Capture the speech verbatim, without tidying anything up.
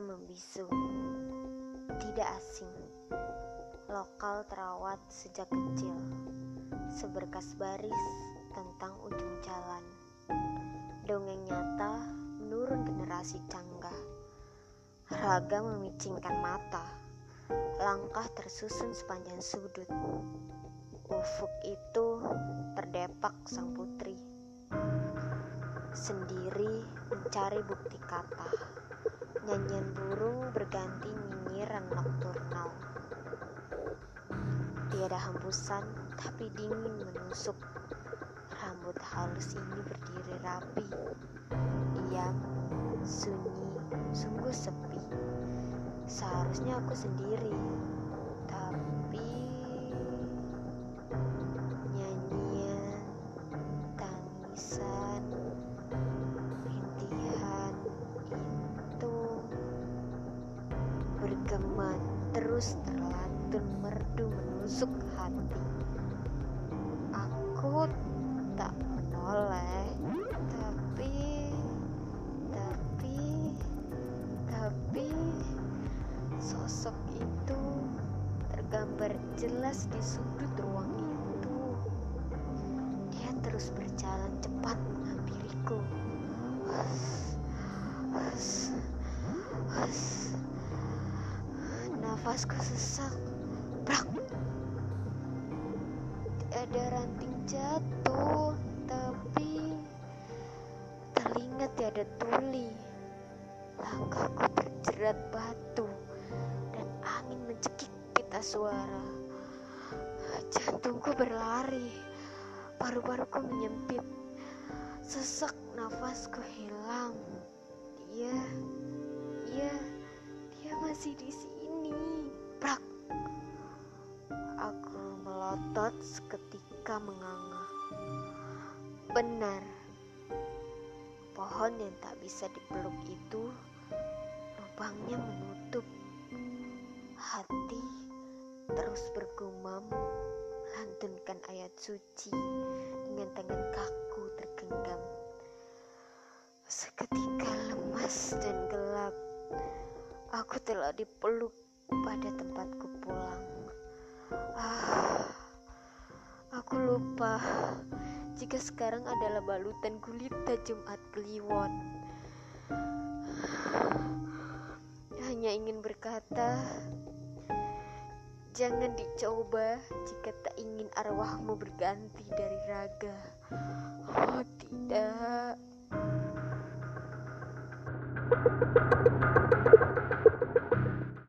Raga membisu, tidak asing, lokal terawat sejak kecil, seberkas baris tentang ujung jalan. Dongeng nyata menurun generasi canggah. Raga memicingkan mata, langkah tersusun sepanjang sudut. Ufuk itu terdepak sang putri, sendiri mencari bukti kata. Nyanyian burung berganti nyinyiran nokturnal. Tiada hembusan, tapi dingin menusuk. Rambut halus ini berdiri rapi, diam, sunyi, sungguh sepi. Seharusnya aku sendiri, tapi nyanyian, tangisan, rintihan itu bergema terus terlantun merdu menusuk hati. Aku tak menoleh, tapi, tapi, tapi sosok itu tergambar jelas di sudut ruang itu. Dia terus berjalan cepat menghampiriku. Hus, hus, hus. Nafasku sesak. Brak. Tiada ranting jatuh, tapi telinga tiada tuli. Langkahku terjerat batu dan angin mencekik pita suara. Jantungku berlari, paru-paruku menyempit, sesak nafasku hilang. Dia, dia, dia masih di sini. Brak. Aku melotot seketika menganga. Benar, pohon yang tak bisa dipeluk itu lubangnya menutup. Hati terus bergumam, lantunkan ayat suci dengan tangan kaku tergenggam. Seketika lemas dan gelap, aku telah dipeluk pada tempatku pulang. Ah, aku lupa jika sekarang adalah balutan gulita Jumat Kliwon. Hanya ingin berkata, jangan dicoba jika tak ingin arwahmu berganti dari raga. Oh tidak.